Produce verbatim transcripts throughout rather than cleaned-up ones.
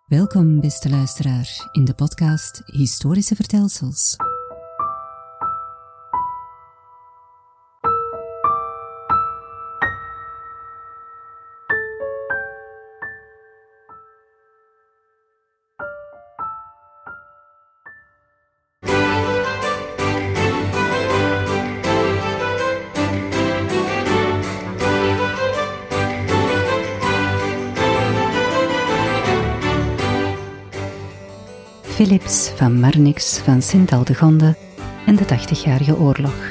Welkom, beste luisteraar, in de podcast Historische Vertelsels. Philips van Marnix van Sint-Aldegonde en de Tachtigjarige Oorlog.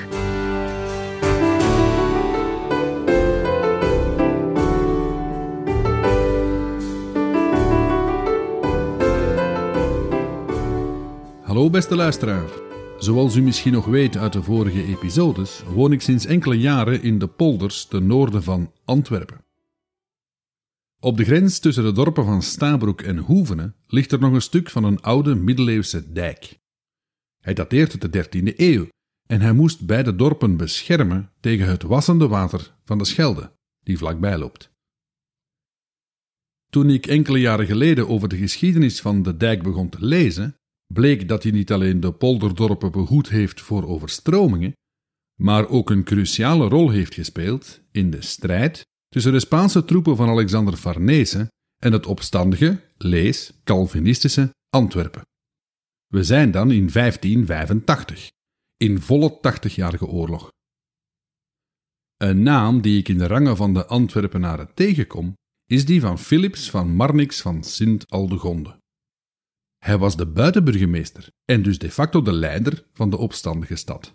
Hallo beste luisteraar. Zoals u misschien nog weet uit de vorige episodes, woon ik sinds enkele jaren in de polders ten noorden van Antwerpen. Op de grens tussen de dorpen van Stabroek en Hoevenen ligt er nog een stuk van een oude middeleeuwse dijk. Hij dateert uit de dertiende eeuw en hij moest beide dorpen beschermen tegen het wassende water van de Schelde, die vlakbij loopt. Toen ik enkele jaren geleden over de geschiedenis van de dijk begon te lezen, bleek dat hij niet alleen de polderdorpen behoed heeft voor overstromingen, maar ook een cruciale rol heeft gespeeld in de strijd tussen de Spaanse troepen van Alexander Farnese en het opstandige, lees, Calvinistische Antwerpen. We zijn dan in vijftien vijfentachtig, in volle tachtigjarige oorlog. Een naam die ik in de rangen van de Antwerpenaren tegenkom, is die van Philips van Marnix van Sint-Aldegonde. Hij was de buitenburgemeester en dus de facto de leider van de opstandige stad.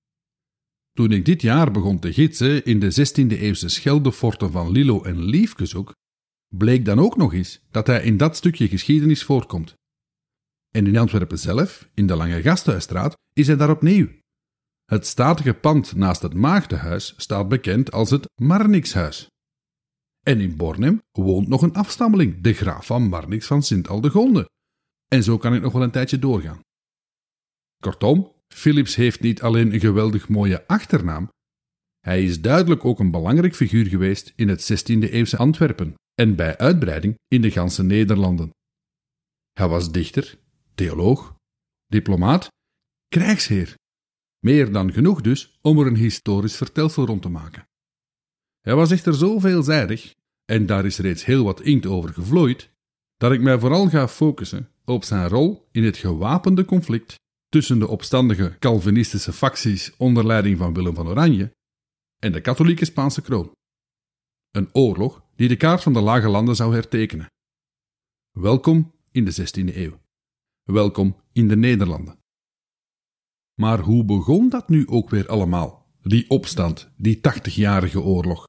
Toen ik dit jaar begon te gidsen in de zestiende-eeuwse Scheldeforten van Lillo en Liefkeshoek, bleek dan ook nog eens dat hij in dat stukje geschiedenis voorkomt. En in Antwerpen zelf, in de Lange Gasthuisstraat, is hij daar opnieuw. Het statige pand naast het Maagdenhuis staat bekend als het Marnixhuis. En in Bornem woont nog een afstammeling, de graaf van Marnix van Sint-Aldegonde. En zo kan ik nog wel een tijdje doorgaan. Kortom, Philips heeft niet alleen een geweldig mooie achternaam, hij is duidelijk ook een belangrijk figuur geweest in het zestiende-eeuwse Antwerpen en bij uitbreiding in de ganse Nederlanden. Hij was dichter, theoloog, diplomaat, krijgsheer. Meer dan genoeg dus om er een historisch vertelsel rond te maken. Hij was echter zo veelzijdig, en daar is reeds heel wat inkt over gevloeid, dat ik mij vooral ga focussen op zijn rol in het gewapende conflict tussen de opstandige Calvinistische facties onder leiding van Willem van Oranje en de katholieke Spaanse kroon. Een oorlog die de kaart van de Lage Landen zou hertekenen. Welkom in de zestiende eeuw. Welkom in de Nederlanden. Maar hoe begon dat nu ook weer allemaal, die opstand, die tachtigjarige oorlog?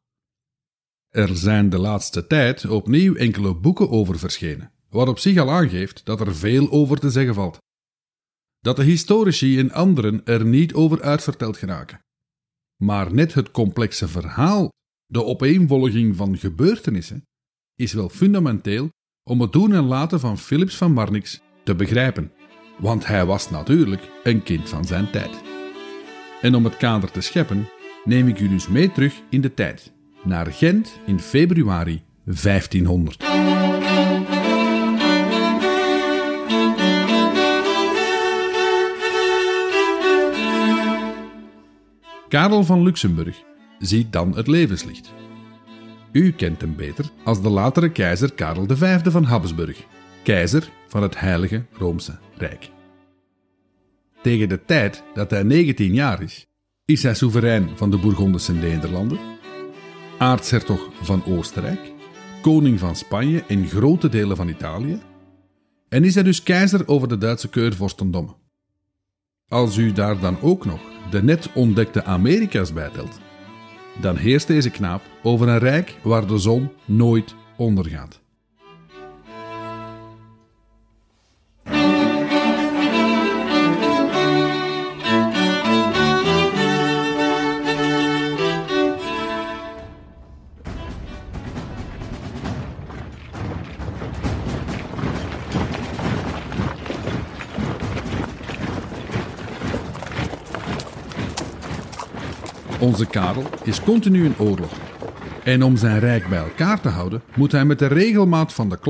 Er zijn de laatste tijd opnieuw enkele boeken over verschenen, wat op zich al aangeeft dat er veel over te zeggen valt. Dat de historici en anderen er niet over uitverteld geraken. Maar net het complexe verhaal, de opeenvolging van gebeurtenissen, is wel fundamenteel om het doen en laten van Philips van Marnix te begrijpen, want hij was natuurlijk een kind van zijn tijd. En om het kader te scheppen, neem ik u dus mee terug in de tijd, naar Gent in februari vijftienhonderd. Karel van Luxemburg ziet dan het levenslicht. U kent hem beter als de latere keizer Karel de Vijfde van Habsburg, keizer van het Heilige Roomse Rijk. Tegen de tijd dat hij negentien jaar is, is hij soeverein van de Bourgondische Nederlanden, aartshertog van Oostenrijk, koning van Spanje en grote delen van Italië, en is hij dus keizer over de Duitse keurvorstendommen. Als u daar dan ook nog de net ontdekte Amerika's bijtelt, dan heerst deze knaap over een rijk waar de zon nooit ondergaat. Onze Karel is continu in oorlog. En om zijn rijk bij elkaar te houden, moet hij met de regelmaat van de klok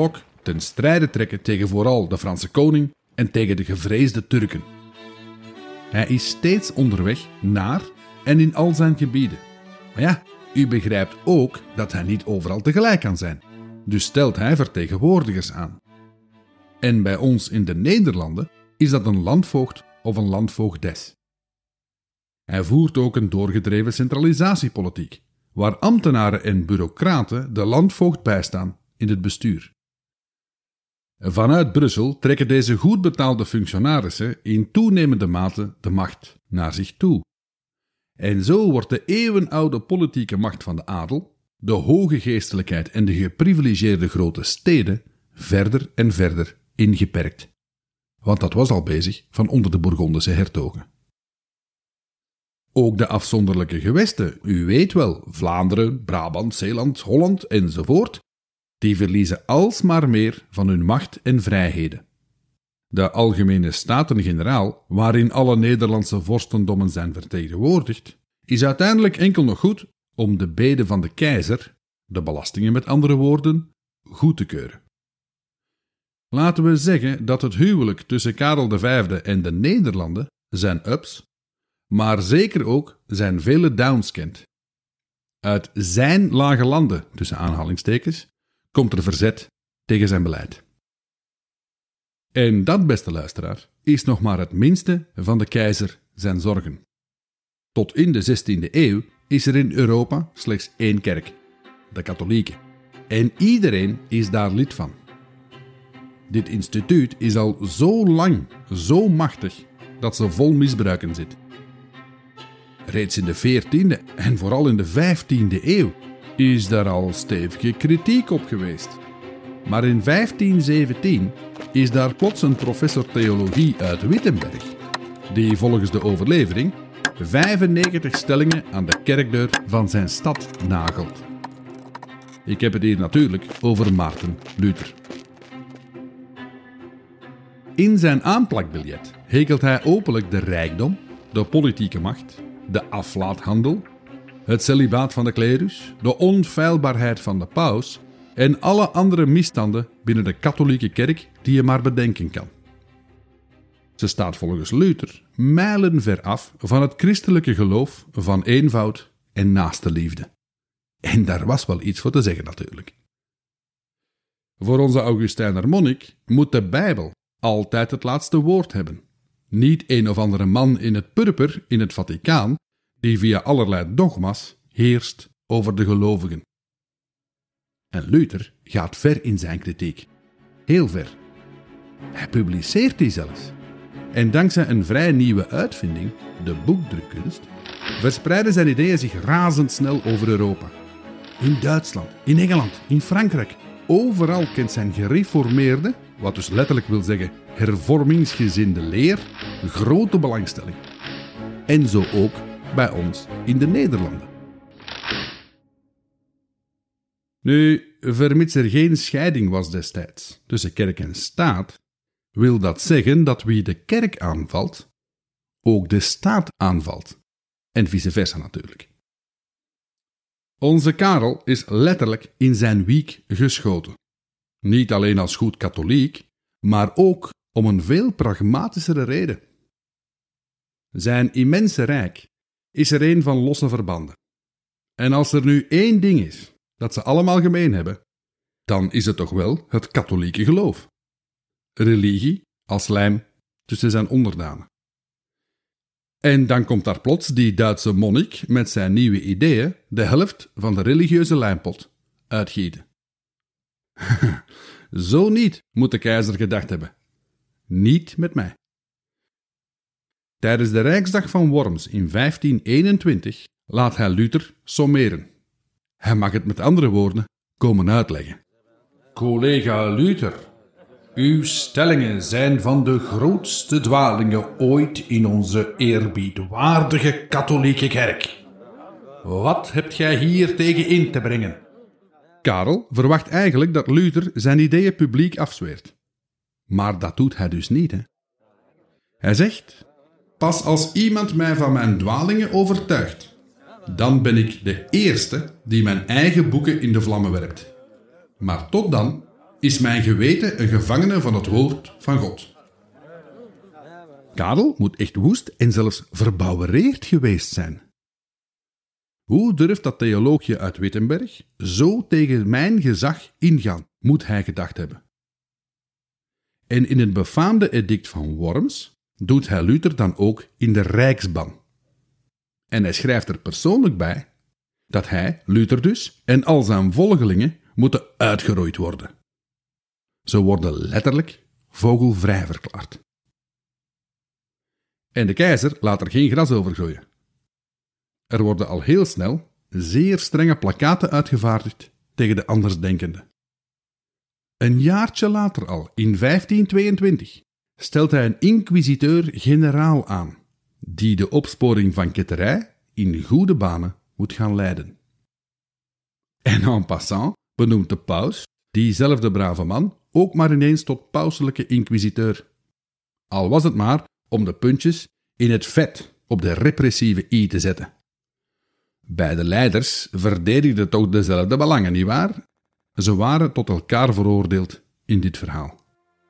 ten strijde trekken tegen vooral de Franse koning en tegen de gevreesde Turken. Hij is steeds onderweg naar en in al zijn gebieden. Maar ja, u begrijpt ook dat hij niet overal tegelijk kan zijn. Dus stelt hij vertegenwoordigers aan. En bij ons in de Nederlanden is dat een landvoogd of een landvoogdes. Hij voert ook een doorgedreven centralisatiepolitiek, waar ambtenaren en bureaucraten de landvoogd bijstaan in het bestuur. Vanuit Brussel trekken deze goed betaalde functionarissen in toenemende mate de macht naar zich toe. En zo wordt de eeuwenoude politieke macht van de adel, de hoge geestelijkheid en de geprivilegeerde grote steden verder en verder ingeperkt. Want dat was al bezig van onder de Bourgondische hertogen. Ook de afzonderlijke gewesten, u weet wel, Vlaanderen, Brabant, Zeeland, Holland enzovoort, die verliezen alsmaar meer van hun macht en vrijheden. De Algemene Staten-Generaal, waarin alle Nederlandse vorstendommen zijn vertegenwoordigd, is uiteindelijk enkel nog goed om de bede van de keizer, de belastingen met andere woorden, goed te keuren. Laten we zeggen dat het huwelijk tussen Karel de Vijfde en de Nederlanden zijn ups, maar zeker ook zijn vele downs kent. Uit zijn lage landen, tussen aanhalingstekens, komt er verzet tegen zijn beleid. En dat, beste luisteraar, is nog maar het minste van de keizer zijn zorgen. Tot in de zestiende eeuw is er in Europa slechts één kerk, de katholieke. En iedereen is daar lid van. Dit instituut is al zo lang, zo machtig, dat ze vol misbruiken zit. Reeds in de veertiende en vooral in de vijftiende eeuw is daar al stevige kritiek op geweest. Maar in vijftien zeventien is daar plots een professor theologie uit Wittenberg, die volgens de overlevering vijfennegentig stellingen aan de kerkdeur van zijn stad nagelt. Ik heb het hier natuurlijk over Maarten Luther. In zijn aanplakbiljet hekelt hij openlijk de rijkdom, de politieke macht, de aflaathandel, het celibaat van de klerus, de onfeilbaarheid van de paus en alle andere misstanden binnen de katholieke kerk die je maar bedenken kan. Ze staat volgens Luther mijlenver af van het christelijke geloof van eenvoud en naaste liefde. En daar was wel iets voor te zeggen natuurlijk. Voor onze Augustijner monnik moet de Bijbel altijd het laatste woord hebben. Niet een of andere man in het purper in het Vaticaan die via allerlei dogma's heerst over de gelovigen. En Luther gaat ver in zijn kritiek. Heel ver. Hij publiceert die zelfs. En dankzij een vrij nieuwe uitvinding, de boekdrukkunst, verspreiden zijn ideeën zich razendsnel over Europa. In Duitsland, in Engeland, in Frankrijk. Overal kent zijn gereformeerde, wat dus letterlijk wil zeggen hervormingsgezinde leer, grote belangstelling. En zo ook bij ons in de Nederlanden. Nu, vermits er geen scheiding was destijds tussen kerk en staat, wil dat zeggen dat wie de kerk aanvalt, ook de staat aanvalt. En vice versa natuurlijk. Onze Karel is letterlijk in zijn wiek geschoten. Niet alleen als goed katholiek, maar ook om een veel pragmatischere reden. Zijn immense rijk is er een van losse verbanden. En als er nu één ding is dat ze allemaal gemeen hebben, dan is het toch wel het katholieke geloof. Religie als lijm tussen zijn onderdanen. En dan komt daar plots die Duitse monnik met zijn nieuwe ideeën de helft van de religieuze lijmpot uitgieten. Zo niet, moet de keizer gedacht hebben. Niet met mij. Tijdens de Rijksdag van Worms in vijftien eenentwintig laat hij Luther sommeren. Hij mag het met andere woorden komen uitleggen. Collega Luther, uw stellingen zijn van de grootste dwalingen ooit in onze eerbiedwaardige katholieke kerk. Wat hebt gij hier tegen in te brengen? Karel verwacht eigenlijk dat Luther zijn ideeën publiek afzweert. Maar dat doet hij dus niet, hè? Hij zegt: pas als iemand mij van mijn dwalingen overtuigt, dan ben ik de eerste die mijn eigen boeken in de vlammen werpt. Maar tot dan is mijn geweten een gevangene van het woord van God. Karel moet echt woest en zelfs verbouwereerd geweest zijn. Hoe durft dat theoloogje uit Wittenberg zo tegen mijn gezag ingaan, moet hij gedacht hebben. En in het befaamde edict van Worms doet hij Luther dan ook in de rijksban. En hij schrijft er persoonlijk bij dat hij, Luther dus, en al zijn volgelingen moeten uitgeroeid worden. Ze worden letterlijk vogelvrij verklaard. En de keizer laat er geen gras over groeien. Er worden al heel snel zeer strenge plakkaten uitgevaardigd tegen de andersdenkenden. Een jaartje later al, in vijftientweeëntwintig, stelt hij een inquisiteur-generaal aan, die de opsporing van ketterij in goede banen moet gaan leiden. En en passant benoemt de paus diezelfde brave man ook maar ineens tot pauselijke inquisiteur. Al was het maar om de puntjes in het vet op de repressieve i te zetten. Beide leiders verdedigden toch dezelfde belangen, nietwaar? Ze waren tot elkaar veroordeeld in dit verhaal.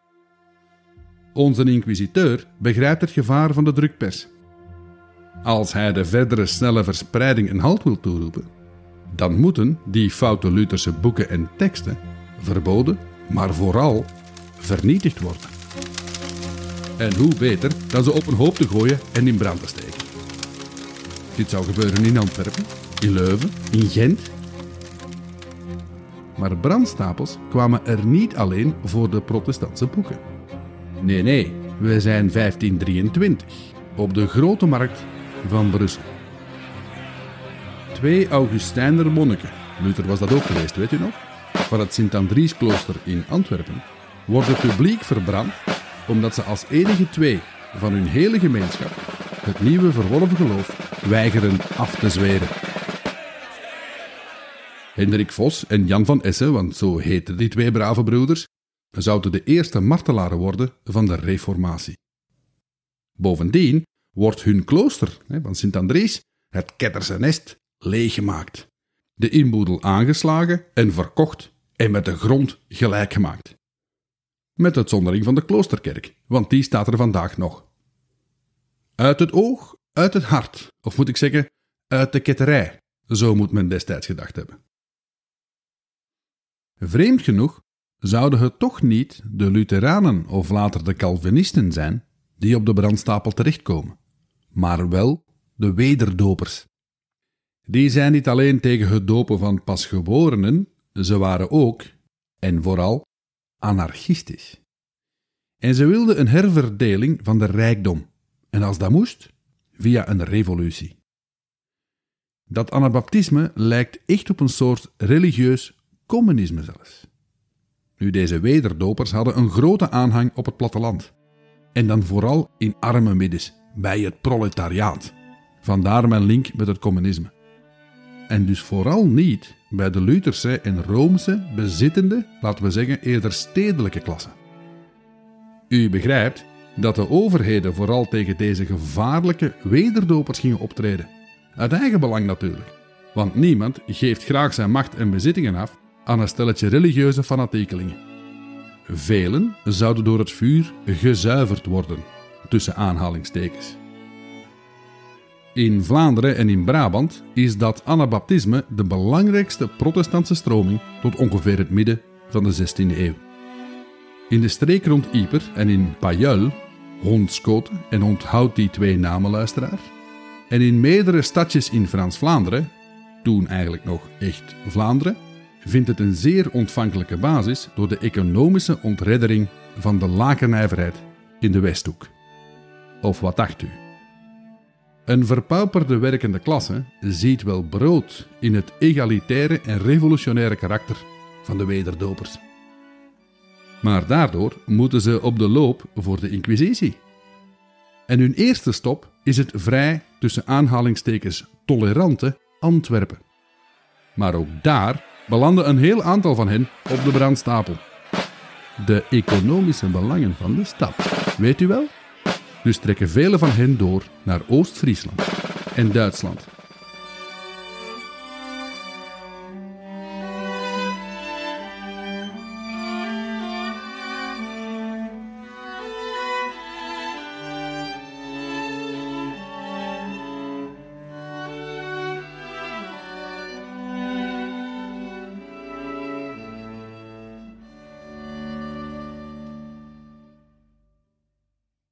Onze inquisiteur begrijpt het gevaar van de drukpers. Als hij de verdere snelle verspreiding een halt wil toeroepen, dan moeten die foute Lutherse boeken en teksten verboden, maar vooral vernietigd worden. En hoe beter dan ze op een hoop te gooien en in brand te steken. Dit zou gebeuren in Antwerpen, in Leuven, in Gent. Maar brandstapels kwamen er niet alleen voor de protestantse boeken. Nee, nee, we zijn vijftiendrieëntwintig, op de Grote Markt van Brussel. Twee Augustijner monniken, Luther was dat ook geweest, weet u nog? Van het Sint-Andriesklooster in Antwerpen, worden publiek verbrand omdat ze als enige twee van hun hele gemeenschap het nieuwe verworven geloof weigeren af te zweren. Hendrik Vos en Jan van Essen, want zo heten die twee brave broeders, zouden de eerste martelaren worden van de reformatie. Bovendien wordt hun klooster van Sint-Andries, het Ketterse Nest, leeggemaakt. De inboedel aangeslagen en verkocht en met de grond gelijk gemaakt. Met uitzondering van de kloosterkerk, want die staat er vandaag nog. Uit het oog, uit het hart, of moet ik zeggen, uit de ketterij, zo moet men destijds gedacht hebben. Vreemd genoeg zouden het toch niet de Lutheranen of later de Calvinisten zijn die op de brandstapel terechtkomen, maar wel de wederdopers. Die zijn niet alleen tegen het dopen van pasgeborenen, ze waren ook, en vooral, anarchistisch. En ze wilden een herverdeling van de rijkdom, en als dat moest, via een revolutie. Dat anabaptisme lijkt echt op een soort religieus communisme zelfs. Nu, deze wederdopers hadden een grote aanhang op het platteland. En dan vooral in arme middens, bij het proletariaat. Vandaar mijn link met het communisme. En dus vooral niet bij de Lutherse en Roomse, bezittende, laten we zeggen eerder stedelijke klasse. U begrijpt dat de overheden vooral tegen deze gevaarlijke wederdopers gingen optreden. Uit eigen belang natuurlijk. Want niemand geeft graag zijn macht en bezittingen af aan een stelletje religieuze fanatiekelingen. Velen zouden door het vuur gezuiverd worden, tussen aanhalingstekens. In Vlaanderen en in Brabant is dat anabaptisme de belangrijkste protestantse stroming tot ongeveer het midden van de zestiende eeuw. In de streek rond Yper en in Pajuil, Hondscoten, en onthoud die twee namen, luisteraar, en in meerdere stadjes in Frans-Vlaanderen, toen eigenlijk nog echt Vlaanderen, vindt het een zeer ontvankelijke basis door de economische ontreddering van de lakennijverheid in de Westhoek. Of wat dacht u? Een verpauperde werkende klasse ziet wel brood in het egalitaire en revolutionaire karakter van de wederdopers. Maar daardoor moeten ze op de loop voor de inquisitie. En hun eerste stop is het vrij, tussen aanhalingstekens, tolerante Antwerpen. Maar ook daar belanden een heel aantal van hen op de brandstapel. De economische belangen van de stad, weet u wel? Dus trekken velen van hen door naar Oost-Friesland en Duitsland.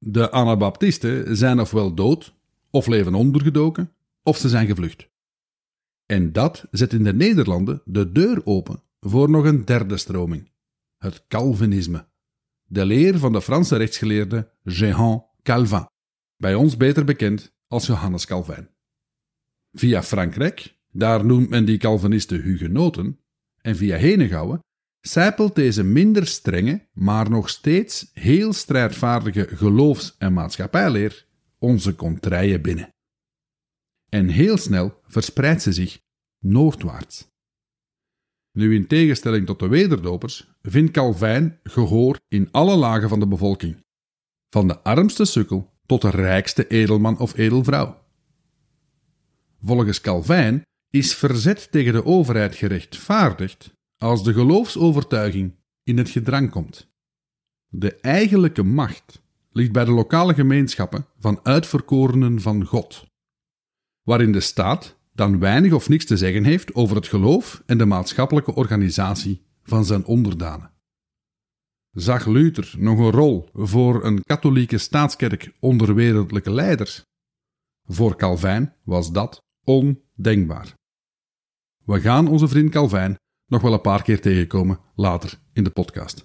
De Anabaptisten zijn ofwel dood, of leven ondergedoken, of ze zijn gevlucht. En dat zet in de Nederlanden de deur open voor nog een derde stroming, het Calvinisme, de leer van de Franse rechtsgeleerde Jehan Calvin, bij ons beter bekend als Johannes Calvijn. Via Frankrijk, daar noemt men die Calvinisten hugenoten, en via Henegouwen sijpelt deze minder strenge, maar nog steeds heel strijdvaardige geloofs- en maatschappijleer onze contraien binnen. En heel snel verspreidt ze zich noordwaarts. Nu, in tegenstelling tot de wederdopers, vindt Calvijn gehoor in alle lagen van de bevolking, van de armste sukkel tot de rijkste edelman of edelvrouw. Volgens Calvijn is verzet tegen de overheid gerechtvaardigd als de geloofsovertuiging in het gedrang komt. De eigenlijke macht ligt bij de lokale gemeenschappen van uitverkorenen van God, waarin de staat dan weinig of niks te zeggen heeft over het geloof en de maatschappelijke organisatie van zijn onderdanen. Zag Luther nog een rol voor een katholieke staatskerk onder wereldlijke leiders? Voor Calvijn was dat ondenkbaar. We gaan onze vriend Calvijn nog wel een paar keer tegenkomen later in de podcast.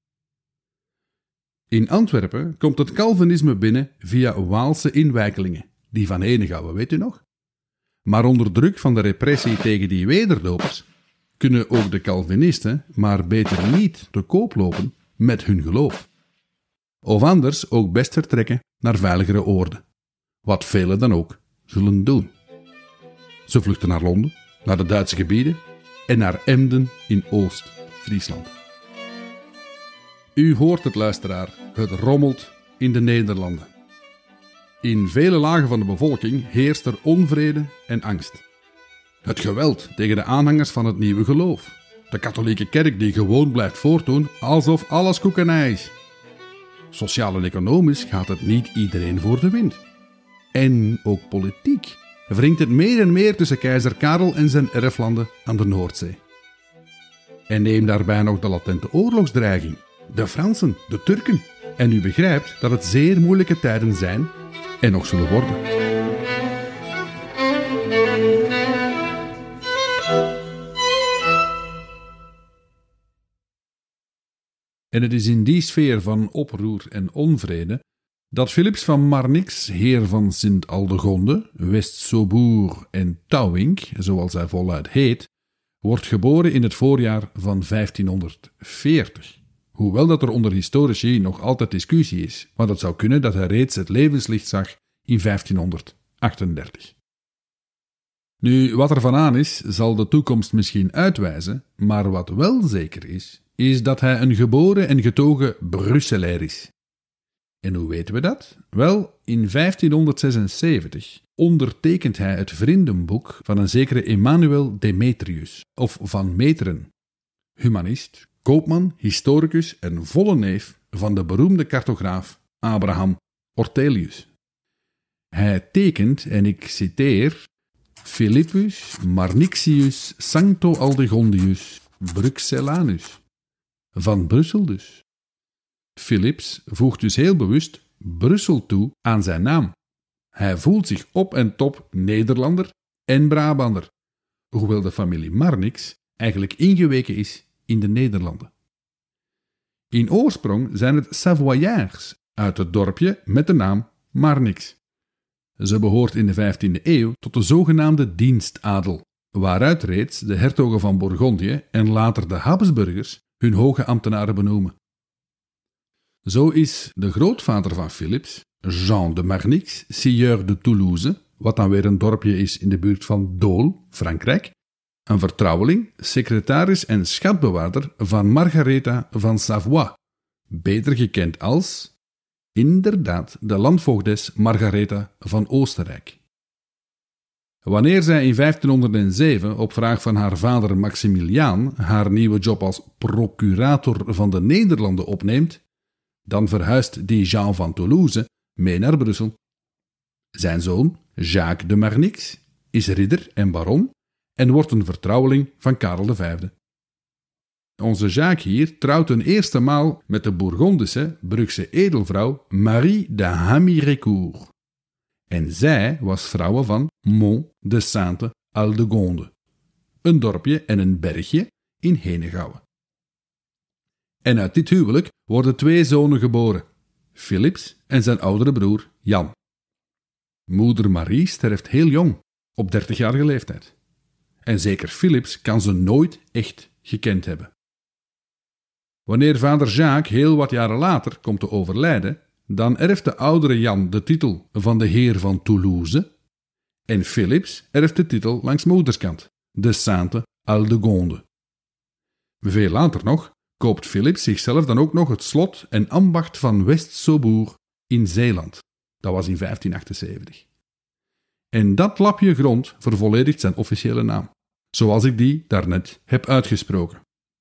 In Antwerpen komt het Calvinisme binnen via Waalse inwijkelingen, die van Henegouwen, weet u nog? Maar onder druk van de repressie tegen die wederdopers kunnen ook de Calvinisten maar beter niet te koop lopen met hun geloof. Of anders ook best vertrekken naar veiligere oorden, wat velen dan ook zullen doen. Ze vluchten naar Londen, naar de Duitse gebieden en naar Emden in Oost-Friesland. U hoort het, luisteraar, het rommelt in de Nederlanden. In vele lagen van de bevolking heerst er onvrede en angst. Het geweld tegen de aanhangers van het nieuwe geloof. De katholieke kerk die gewoon blijft voortdoen alsof alles koekenij is. Sociaal en economisch gaat het niet iedereen voor de wind. En ook politiek wringt het meer en meer tussen keizer Karel en zijn erflanden aan de Noordzee. En neem daarbij nog de latente oorlogsdreiging, de Fransen, de Turken. En u begrijpt dat het zeer moeilijke tijden zijn en nog zullen worden. En het is in die sfeer van oproer en onvrede dat Philips van Marnix, heer van Sint-Aldegonde, West-Soboer en Touwink, zoals hij voluit heet, wordt geboren in het voorjaar van vijftienhonderdveertig. Hoewel dat er onder historici nog altijd discussie is, want het zou kunnen dat hij reeds het levenslicht zag in vijftienhonderdachtendertig. Nu, wat er van aan is, zal de toekomst misschien uitwijzen, maar wat wel zeker is, is dat hij een geboren en getogen Brusselaar is. En hoe weten we dat? Wel, in vijftienhonderdzesenzeventig ondertekent hij het vriendenboek van een zekere Emmanuel Demetrius, of van Meteren, humanist, koopman, historicus en volle neef van de beroemde cartograaf Abraham Ortelius. Hij tekent, en ik citeer, Philippus Marnixius Sancto Aldegondius Bruxellanus. Van Brussel dus. Philips voegt dus heel bewust Brussel toe aan zijn naam. Hij voelt zich op en top Nederlander en Brabander, hoewel de familie Marnix eigenlijk ingeweken is in de Nederlanden. In oorsprong zijn het Savoyaards uit het dorpje met de naam Marnix. Ze behoort in de vijftiende eeuw tot de zogenaamde dienstadel, waaruit reeds de hertogen van Bourgondië en later de Habsburgers hun hoge ambtenaren benoemen. Zo is de grootvader van Philips, Jean de Marnix, sieur de Toulouse, wat dan weer een dorpje is in de buurt van Dole, Frankrijk, een vertrouweling, secretaris en schatbewaarder van Margaretha van Savoie, beter gekend als, inderdaad, de landvoogdes Margaretha van Oostenrijk. Wanneer zij in vijftienhonderdzeven op vraag van haar vader Maximiliaan haar nieuwe job als procurator van de Nederlanden opneemt, dan verhuist die Jean van Toulouse mee naar Brussel. Zijn zoon, Jacques de Marnix, is ridder en baron en wordt een vertrouweling van Karel de Vijfde. onze Jacques hier trouwt een eerste maal met de Bourgondische, Brugse edelvrouw Marie de Hamirecourt. En zij was vrouwe van Mont de Sainte-Aldegonde, een dorpje en een bergje in Henegouwen. En uit dit huwelijk worden twee zonen geboren, Philips en zijn oudere broer Jan. Moeder Marie sterft heel jong, op dertigjarige leeftijd. En zeker Philips kan ze nooit echt gekend hebben. Wanneer vader Jacques heel wat jaren later komt te overlijden, dan erft de oudere Jan de titel van de heer van Toulouse en Philips erft de titel langs moederskant, de Sainte-Aldegonde. Veel later nog koopt Philips zichzelf dan ook nog het slot en ambacht van West-Saubourg in Zeeland. Dat was in vijftien achtenzeventig. En dat lapje grond vervolledigt zijn officiële naam, zoals ik die daarnet heb uitgesproken.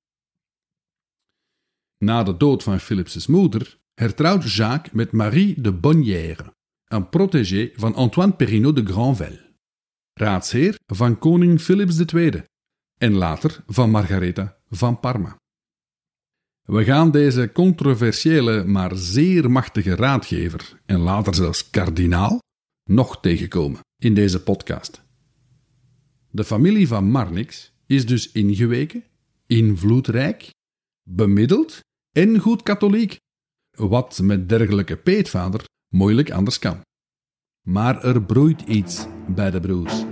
Na de dood van Philips' moeder hertrouwt Jacques met Marie de Bonnière, een protégé van Antoine Perrinot de Granvelle, raadsheer van koning Philips de Tweede en later van Margaretha van Parma. We gaan deze controversiële, maar zeer machtige raadgever en later zelfs kardinaal nog tegenkomen in deze podcast. De familie van Marnix is dus ingeweken, invloedrijk, bemiddeld en goed katholiek, wat met dergelijke peetvader moeilijk anders kan. Maar er broeit iets bij de broers.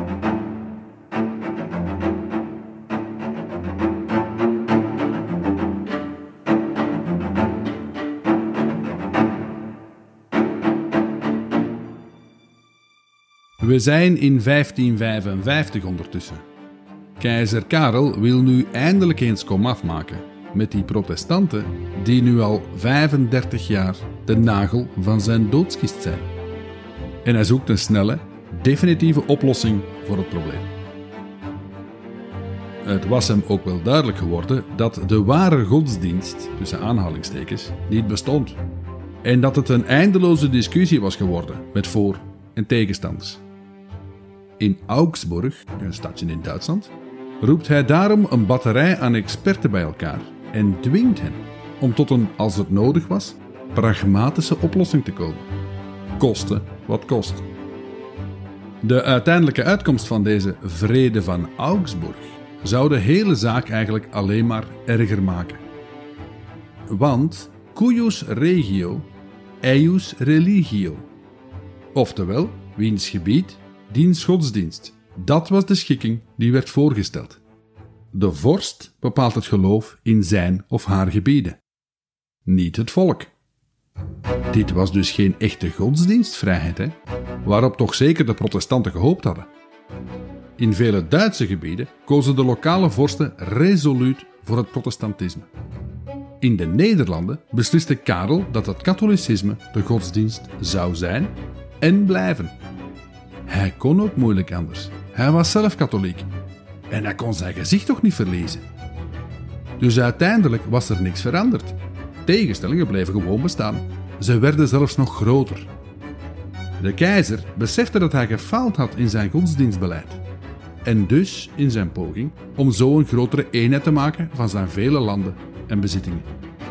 We zijn in vijftien vijfenvijftig ondertussen. Keizer Karel wil nu eindelijk eens komaf maken met die protestanten die nu al vijfendertig jaar de nagel van zijn doodskist zijn. En hij zoekt een snelle, definitieve oplossing voor het probleem. Het was hem ook wel duidelijk geworden dat de ware godsdienst, tussen aanhalingstekens, niet bestond. En dat het een eindeloze discussie was geworden met voor- en tegenstanders. In Augsburg, een stadje in Duitsland, roept hij daarom een batterij aan experten bij elkaar en dwingt hen om tot een, als het nodig was, pragmatische oplossing te komen. Koste wat kost. De uiteindelijke uitkomst van deze vrede van Augsburg zou de hele zaak eigenlijk alleen maar erger maken. Want cuius regio, eius religio. Oftewel, wiens gebied, diens godsdienst. Dat was de schikking die werd voorgesteld. De vorst bepaalt het geloof in zijn of haar gebieden, niet het volk. Dit was dus geen echte godsdienstvrijheid, hè? Waarop toch zeker de protestanten gehoopt hadden. In vele Duitse gebieden kozen de lokale vorsten resoluut voor het protestantisme. In de Nederlanden besliste Karel dat het katholicisme de godsdienst zou zijn en blijven. Hij kon ook moeilijk anders. Hij was zelf katholiek. En hij kon zijn gezicht toch niet verliezen. Dus uiteindelijk was er niks veranderd. Tegenstellingen bleven gewoon bestaan. Ze werden zelfs nog groter. De keizer besefte dat hij gefaald had in zijn godsdienstbeleid. En dus in zijn poging om zo een grotere eenheid te maken van zijn vele landen en bezittingen.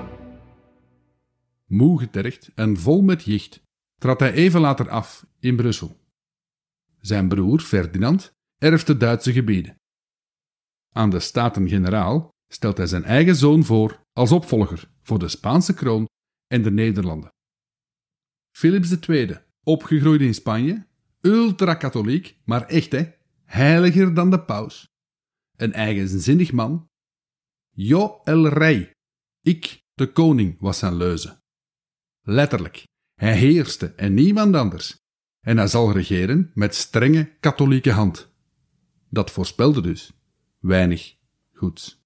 Moe getergd en vol met jicht trad hij even later af in Brussel. Zijn broer Ferdinand erft de Duitse gebieden. Aan de Staten-Generaal stelt hij zijn eigen zoon voor als opvolger voor de Spaanse kroon en de Nederlanden. Philips de Tweede, opgegroeid in Spanje, ultra-katholiek, maar echt hè, heiliger dan de paus. Een eigenzinnig man. Jo el rey, ik de koning was zijn leuze. Letterlijk, hij heerste en niemand anders. En hij zal regeren met strenge katholieke hand. Dat voorspelde dus weinig goeds.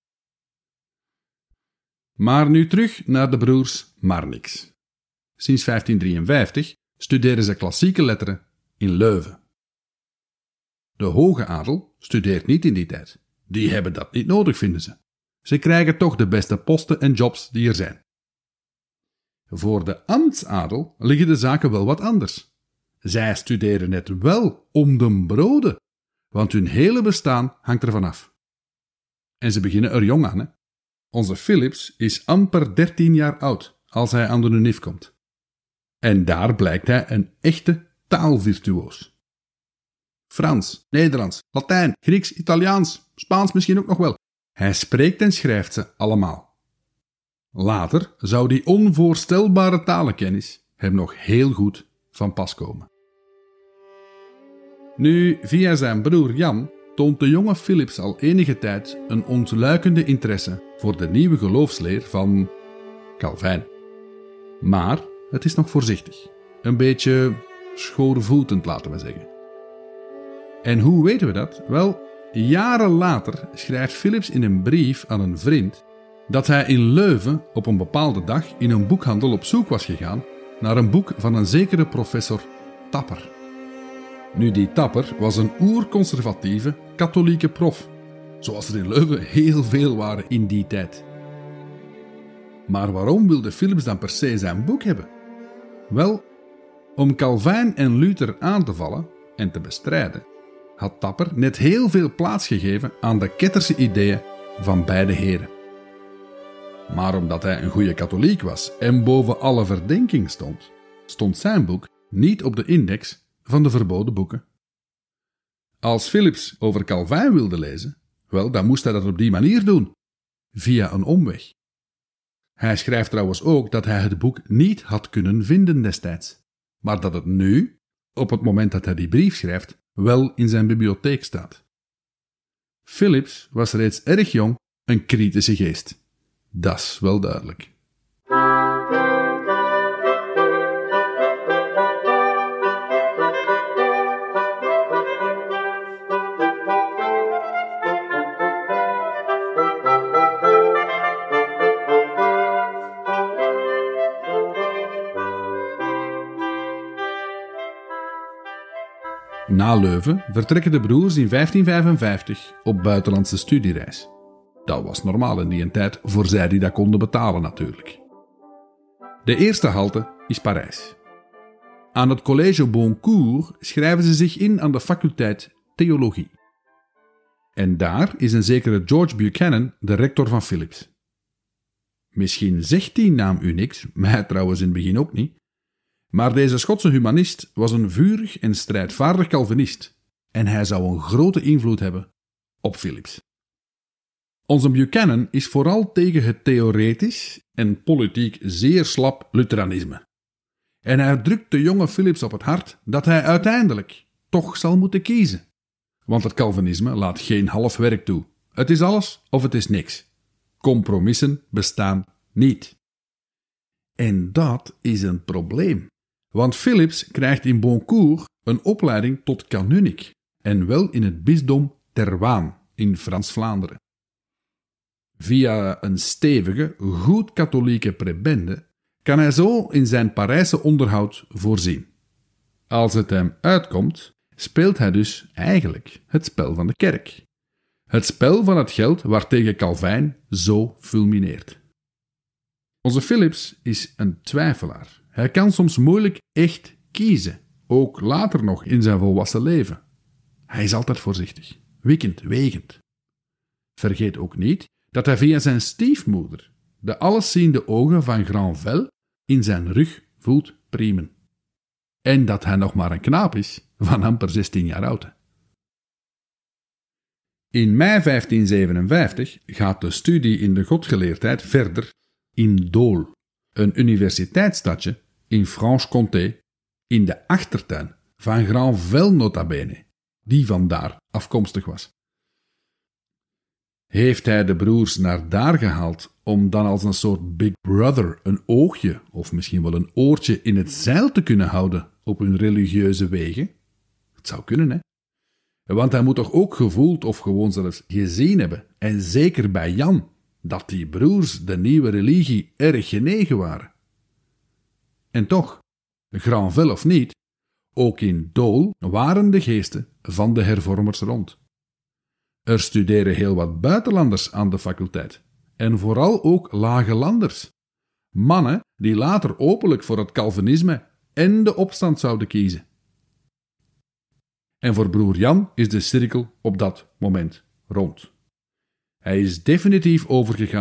Maar nu terug naar de broers Marnix. Sinds vijftien drieënvijftig studeren ze klassieke letteren in Leuven. De hoge adel studeert niet in die tijd. Die hebben dat niet nodig, vinden ze. Ze krijgen toch de beste posten en jobs die er zijn. Voor de ambtsadel liggen de zaken wel wat anders. Zij studeren net wel om de broden, want hun hele bestaan hangt ervan af. En ze beginnen er jong aan, hè? Onze Philips is amper dertien jaar oud als hij aan de U N I F komt. En daar blijkt hij een echte taalvirtuoos. Frans, Nederlands, Latijn, Grieks, Italiaans, Spaans misschien ook nog wel. Hij spreekt en schrijft ze allemaal. Later zou die onvoorstelbare talenkennis hem nog heel goed van pas komen. Nu, via zijn broer Jan, toont de jonge Philips al enige tijd een ontluikende interesse voor de nieuwe geloofsleer van Calvijn. Maar het is nog voorzichtig. Een beetje schoorvoetend, laten we zeggen. En hoe weten we dat? Wel, jaren later schrijft Philips in een brief aan een vriend dat hij in Leuven op een bepaalde dag in een boekhandel op zoek was gegaan naar een boek van een zekere professor Tapper. Nu, die Tapper was een oerconservatieve katholieke prof, zoals er in Leuven heel veel waren in die tijd. Maar waarom wilde Philips dan per se zijn boek hebben? Wel, om Calvijn en Luther aan te vallen en te bestrijden, had Tapper net heel veel plaats gegeven aan de ketterse ideeën van beide heren. Maar omdat hij een goede katholiek was en boven alle verdenking stond, stond zijn boek niet op de index van de verboden boeken. Als Philips over Calvijn wilde lezen, wel, dan moest hij dat op die manier doen, via een omweg. Hij schrijft trouwens ook dat hij het boek niet had kunnen vinden destijds, maar dat het nu, op het moment dat hij die brief schrijft, wel in zijn bibliotheek staat. Philips was reeds erg jong een kritische geest. Dat is wel duidelijk. Na Leuven vertrekken de broers in vijftien vijfenvijftig op buitenlandse studiereis. Dat was normaal in die tijd, voor zij die dat konden betalen natuurlijk. De eerste halte is Parijs. Aan het Collège Boncourt schrijven ze zich in aan de faculteit Theologie. En daar is een zekere George Buchanan de rector van Philips. Misschien zegt die naam u niks, mij trouwens in het begin ook niet. Maar deze Schotse humanist was een vurig en strijdvaardig Calvinist en hij zou een grote invloed hebben op Philips. Onze Buchanan is vooral tegen het theoretisch en politiek zeer slap Lutheranisme. En hij drukt de jonge Philips op het hart dat hij uiteindelijk toch zal moeten kiezen. Want het Calvinisme laat geen half werk toe. Het is alles of het is niks. Compromissen bestaan niet. En dat is een probleem. Want Philips krijgt in Boncourt een opleiding tot kanunnik en wel in het bisdom Terwaan in Frans-Vlaanderen. Via een stevige, goed katholieke prebende kan hij zo in zijn Parijse onderhoud voorzien. Als het hem uitkomt, speelt hij dus eigenlijk het spel van de kerk. Het spel van het geld waartegen Calvijn zo fulmineert. Onze Philips is een twijfelaar. Hij kan soms moeilijk echt kiezen, ook later nog in zijn volwassen leven. Hij is altijd voorzichtig, wikkend, wegend. Vergeet ook niet dat hij via zijn stiefmoeder de allesziende ogen van Granvelle in zijn rug voelt priemen. En dat hij nog maar een knaap is van amper zestien jaar oud. In mei vijftien zevenenvijftig gaat de studie in de godgeleerdheid verder in Dole, een universiteitsstadje in Franche-Comté, in de achtertuin van Granvelle nota bene, die vandaar afkomstig was. Heeft hij de broers naar daar gehaald om dan als een soort Big Brother een oogje of misschien wel een oortje in het zeil te kunnen houden op hun religieuze wegen? Het zou kunnen, hè? Want hij moet toch ook gevoeld of gewoon zelfs gezien hebben, en zeker bij Jan, dat die broers de nieuwe religie erg genegen waren. En toch, Granvelle of niet, ook in Dole waren de geesten van de hervormers rond. Er studeren heel wat buitenlanders aan de faculteit, en vooral ook lage landers. Mannen die later openlijk voor het Calvinisme en de opstand zouden kiezen. En voor broer Jan is de cirkel op dat moment rond. Hij is definitief overgegaan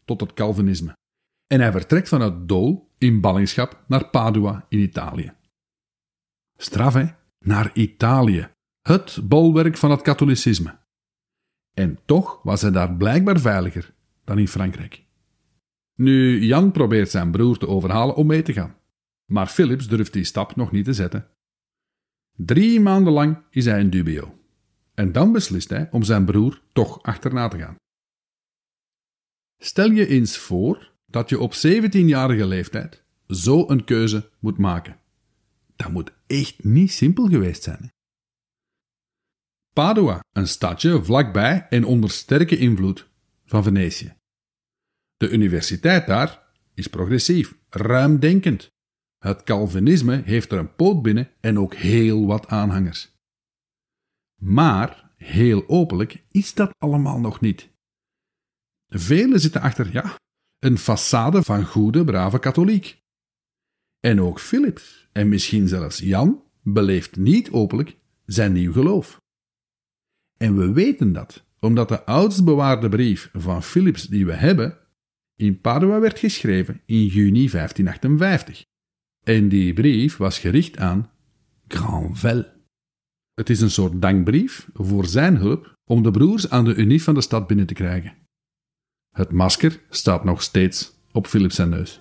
tot het Calvinisme. En hij vertrekt vanuit Dole in ballingschap naar Padua in Italië. Straf, hè? Naar Italië, het bolwerk van het katholicisme. En toch was hij daar blijkbaar veiliger dan in Frankrijk. Nu, Jan probeert zijn broer te overhalen om mee te gaan. Maar Philips durft die stap nog niet te zetten. Drie maanden lang is hij in dubio. En dan beslist hij om zijn broer toch achterna te gaan. Stel je eens voor dat je op zeventienjarige leeftijd zo een keuze moet maken. Dat moet echt niet simpel geweest zijn. Hè? Padua, een stadje vlakbij en onder sterke invloed van Venetië. De universiteit daar is progressief, ruimdenkend. Het Calvinisme heeft er een poot binnen en ook heel wat aanhangers. Maar, heel openlijk, is dat allemaal nog niet. Velen zitten achter, ja, een façade van goede, brave katholiek. En ook Philips, en misschien zelfs Jan, beleeft niet openlijk zijn nieuw geloof. En we weten dat, omdat de oudst bewaarde brief van Philips die we hebben, in Padua werd geschreven in juni vijftien achtenvijftig. En die brief was gericht aan Granvelle. Het is een soort dankbrief voor zijn hulp om de broers aan de unie van de stad binnen te krijgen. Het masker staat nog steeds op Philips zijn neus.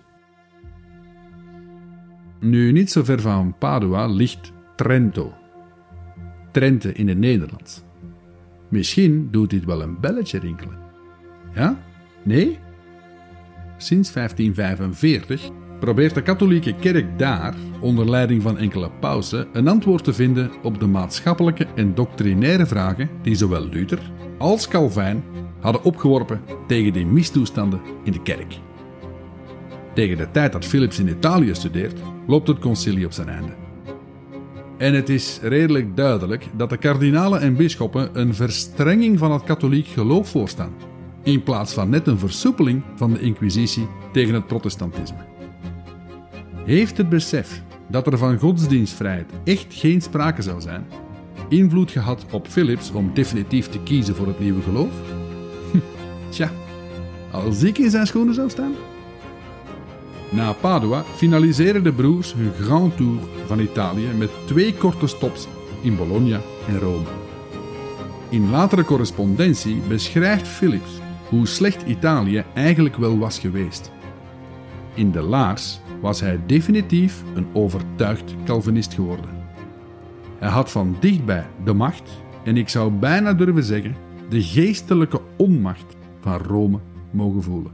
Nu, niet zo ver van Padua ligt Trento. Trente in het Nederlands. Misschien doet dit wel een belletje rinkelen. Ja? Nee? Sinds vijftien vijfenveertig probeert de katholieke kerk daar, onder leiding van enkele pausen, een antwoord te vinden op de maatschappelijke en doctrinaire vragen die zowel Luther als Calvijn hadden opgeworpen tegen die mistoestanden in de kerk. Tegen de tijd dat Philips in Italië studeert, loopt het concilie op zijn einde. En het is redelijk duidelijk dat de kardinalen en bisschoppen een verstrenging van het katholiek geloof voorstaan, in plaats van net een versoepeling van de inquisitie tegen het protestantisme. Heeft het besef dat er van godsdienstvrijheid echt geen sprake zou zijn, invloed gehad op Philips om definitief te kiezen voor het nieuwe geloof? Hm, tja, als ik in zijn schoenen zou staan? Na Padua finaliseren de broers hun Grand Tour van Italië met twee korte stops in Bologna en Rome. In latere correspondentie beschrijft Philips hoe slecht Italië eigenlijk wel was geweest. In de laars was hij definitief een overtuigd Calvinist geworden. Hij had van dichtbij de macht, en ik zou bijna durven zeggen, de geestelijke onmacht van Rome mogen voelen.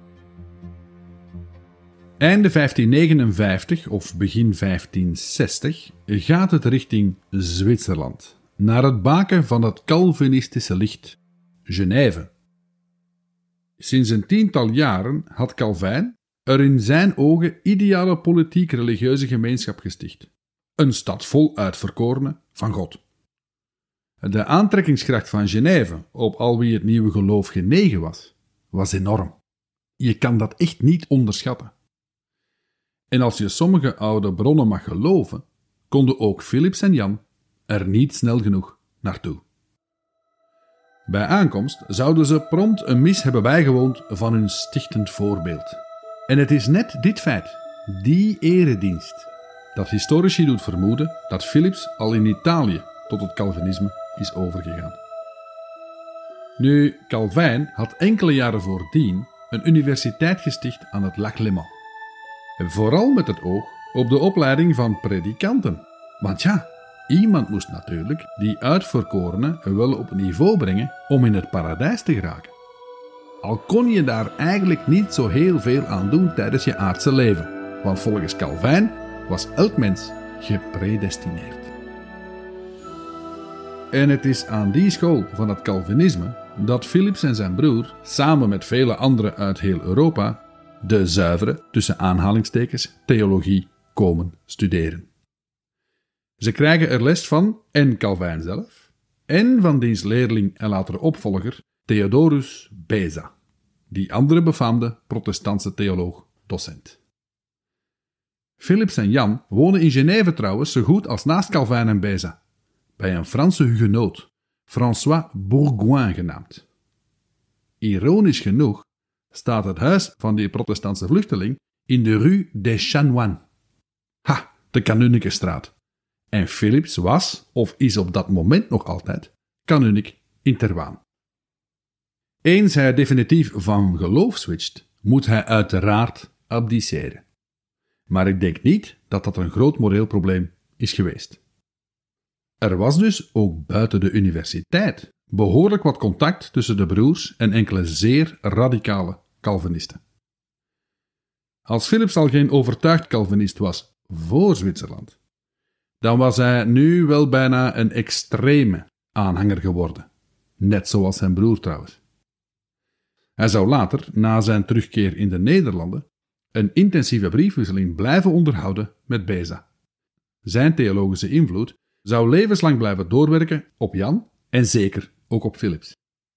Einde vijftien negenenvijftig of begin vijftien zestig gaat het richting Zwitserland, naar het baken van het Calvinistische licht, Genève. Sinds een tiental jaren had Calvijn er in zijn ogen ideale politiek-religieuze gemeenschap gesticht. Een stad vol uitverkorenen van God. De aantrekkingskracht van Genève op al wie het nieuwe geloof genegen was, was enorm. Je kan dat echt niet onderschatten. En als je sommige oude bronnen mag geloven, konden ook Philips en Jan er niet snel genoeg naartoe. Bij aankomst zouden ze prompt een mis hebben bijgewoond van hun stichtend voorbeeld. En het is net dit feit, die eredienst, dat historici doet vermoeden dat Philips al in Italië tot het Calvinisme is overgegaan. Nu, Calvijn had enkele jaren voordien een universiteit gesticht aan het Lac Léman. Vooral met het oog op de opleiding van predikanten. Want ja, iemand moest natuurlijk die uitverkorenen wel op niveau brengen om in het paradijs te geraken. Al kon je daar eigenlijk niet zo heel veel aan doen tijdens je aardse leven, want volgens Calvijn was elk mens gepredestineerd. En het is aan die school van het Calvinisme dat Philips en zijn broer, samen met vele anderen uit heel Europa, de zuivere, tussen aanhalingstekens, theologie komen studeren. Ze krijgen er les van en Calvijn zelf, en van diens leerling en latere opvolger Theodorus Beza, die andere befaamde protestantse theoloog, docent. Philips en Jan wonen in Genève trouwens zo goed als naast Calvijn en Beza, bij een Franse hugenoot, François Bourgoin genaamd. Ironisch genoeg staat het huis van die protestantse vluchteling in de Rue des Chanoines. Ha, de Kanunnikenstraat. En Philips was, of is op dat moment nog altijd, kanunnik in Terwaan. Eens hij definitief van geloof switcht, moet hij uiteraard abdiceren. Maar ik denk niet dat dat een groot moreel probleem is geweest. Er was dus ook buiten de universiteit behoorlijk wat contact tussen de broers en enkele zeer radicale Calvinisten. Als Philips al geen overtuigd Calvinist was voor Zwitserland, dan was hij nu wel bijna een extreme aanhanger geworden. Net zoals zijn broer trouwens. Hij zou later, na zijn terugkeer in de Nederlanden, een intensieve briefwisseling blijven onderhouden met Beza. Zijn theologische invloed zou levenslang blijven doorwerken op Jan en zeker ook op Philips.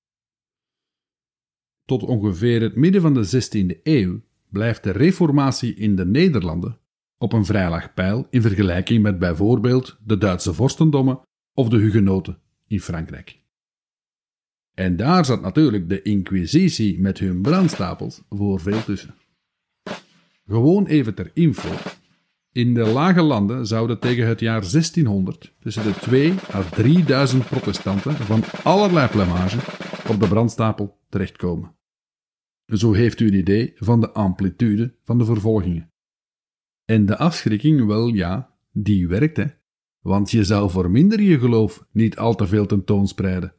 Tot ongeveer het midden van de zestiende eeuw blijft de reformatie in de Nederlanden op een vrij laag peil in vergelijking met bijvoorbeeld de Duitse vorstendommen of de hugenoten in Frankrijk. En daar zat natuurlijk de Inquisitie met hun brandstapels voor veel tussen. Gewoon even ter info. In de lage landen zouden tegen het jaar zestienhonderd tussen de tweeduizend à drieduizend protestanten van allerlei plumage op de brandstapel terechtkomen. Zo heeft u een idee van de amplitude van de vervolgingen. En de afschrikking, wel ja, die werkt hè, want je zou voor minder je geloof niet al te veel tentoonspreiden.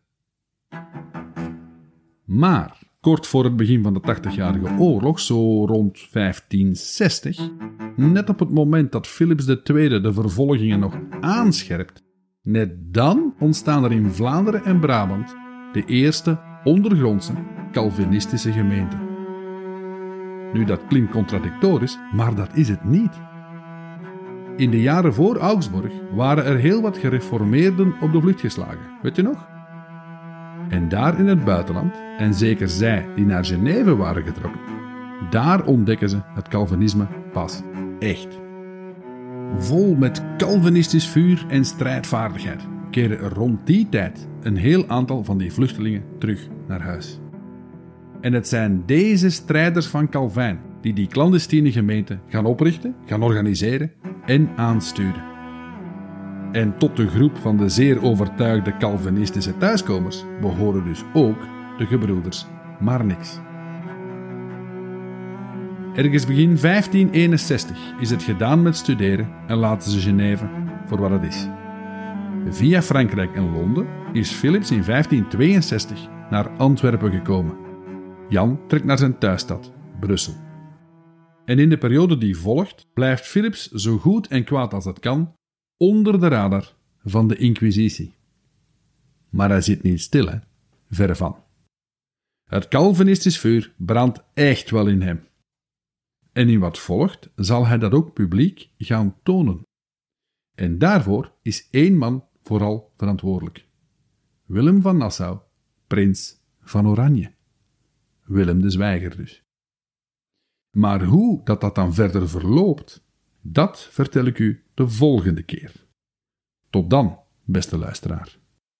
Maar kort voor het begin van de tachtigjarige oorlog, zo rond vijftienzestig, net op het moment dat Philips de Tweede de vervolgingen nog aanscherpt, net dan ontstaan er in Vlaanderen en Brabant de eerste ondergrondse Calvinistische gemeenten. Nu, dat klinkt contradictorisch, maar dat is het niet. In de jaren voor Augsburg waren er heel wat gereformeerden op de vlucht geslagen, weet je nog? En daar in het buitenland, en zeker zij die naar Genève waren getrokken, daar ontdekken ze het Calvinisme pas echt. Vol met Calvinistisch vuur en strijdvaardigheid keren er rond die tijd een heel aantal van die vluchtelingen terug naar huis. En het zijn deze strijders van Calvijn die die clandestine gemeente gaan oprichten, gaan organiseren en aansturen. En tot de groep van de zeer overtuigde Calvinistische thuiskomers behoren dus ook de gebroeders Marnix. Ergens begin vijftien eenenzestig is het gedaan met studeren en laten ze Genève voor wat het is. Via Frankrijk en Londen is Philips in vijftien tweeënzestig naar Antwerpen gekomen. Jan trekt naar zijn thuisstad, Brussel. En in de periode die volgt blijft Philips zo goed en kwaad als het kan onder de radar van de Inquisitie. Maar hij zit niet stil, hè? Verre van. Het Calvinistisch vuur brandt echt wel in hem. En in wat volgt zal hij dat ook publiek gaan tonen. En daarvoor is één man vooral verantwoordelijk. Willem van Nassau, prins van Oranje. Willem de Zwijger dus. Maar hoe dat, dat dan verder verloopt, dat vertel ik u de volgende keer. Tot dan, beste luisteraar.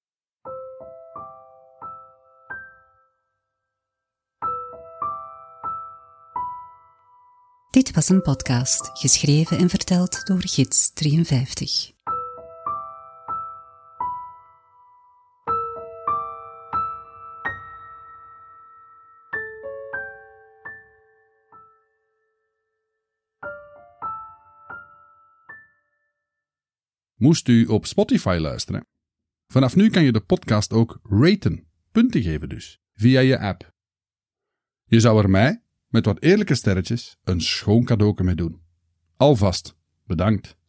Dit was een podcast, geschreven en verteld door Gids drieënvijftig. Moest u op Spotify luisteren? Vanaf nu kan je de podcast ook raten, punten geven dus, via je app. Je zou er mij, met wat eerlijke sterretjes, een schoon cadeau mee doen. Alvast, bedankt.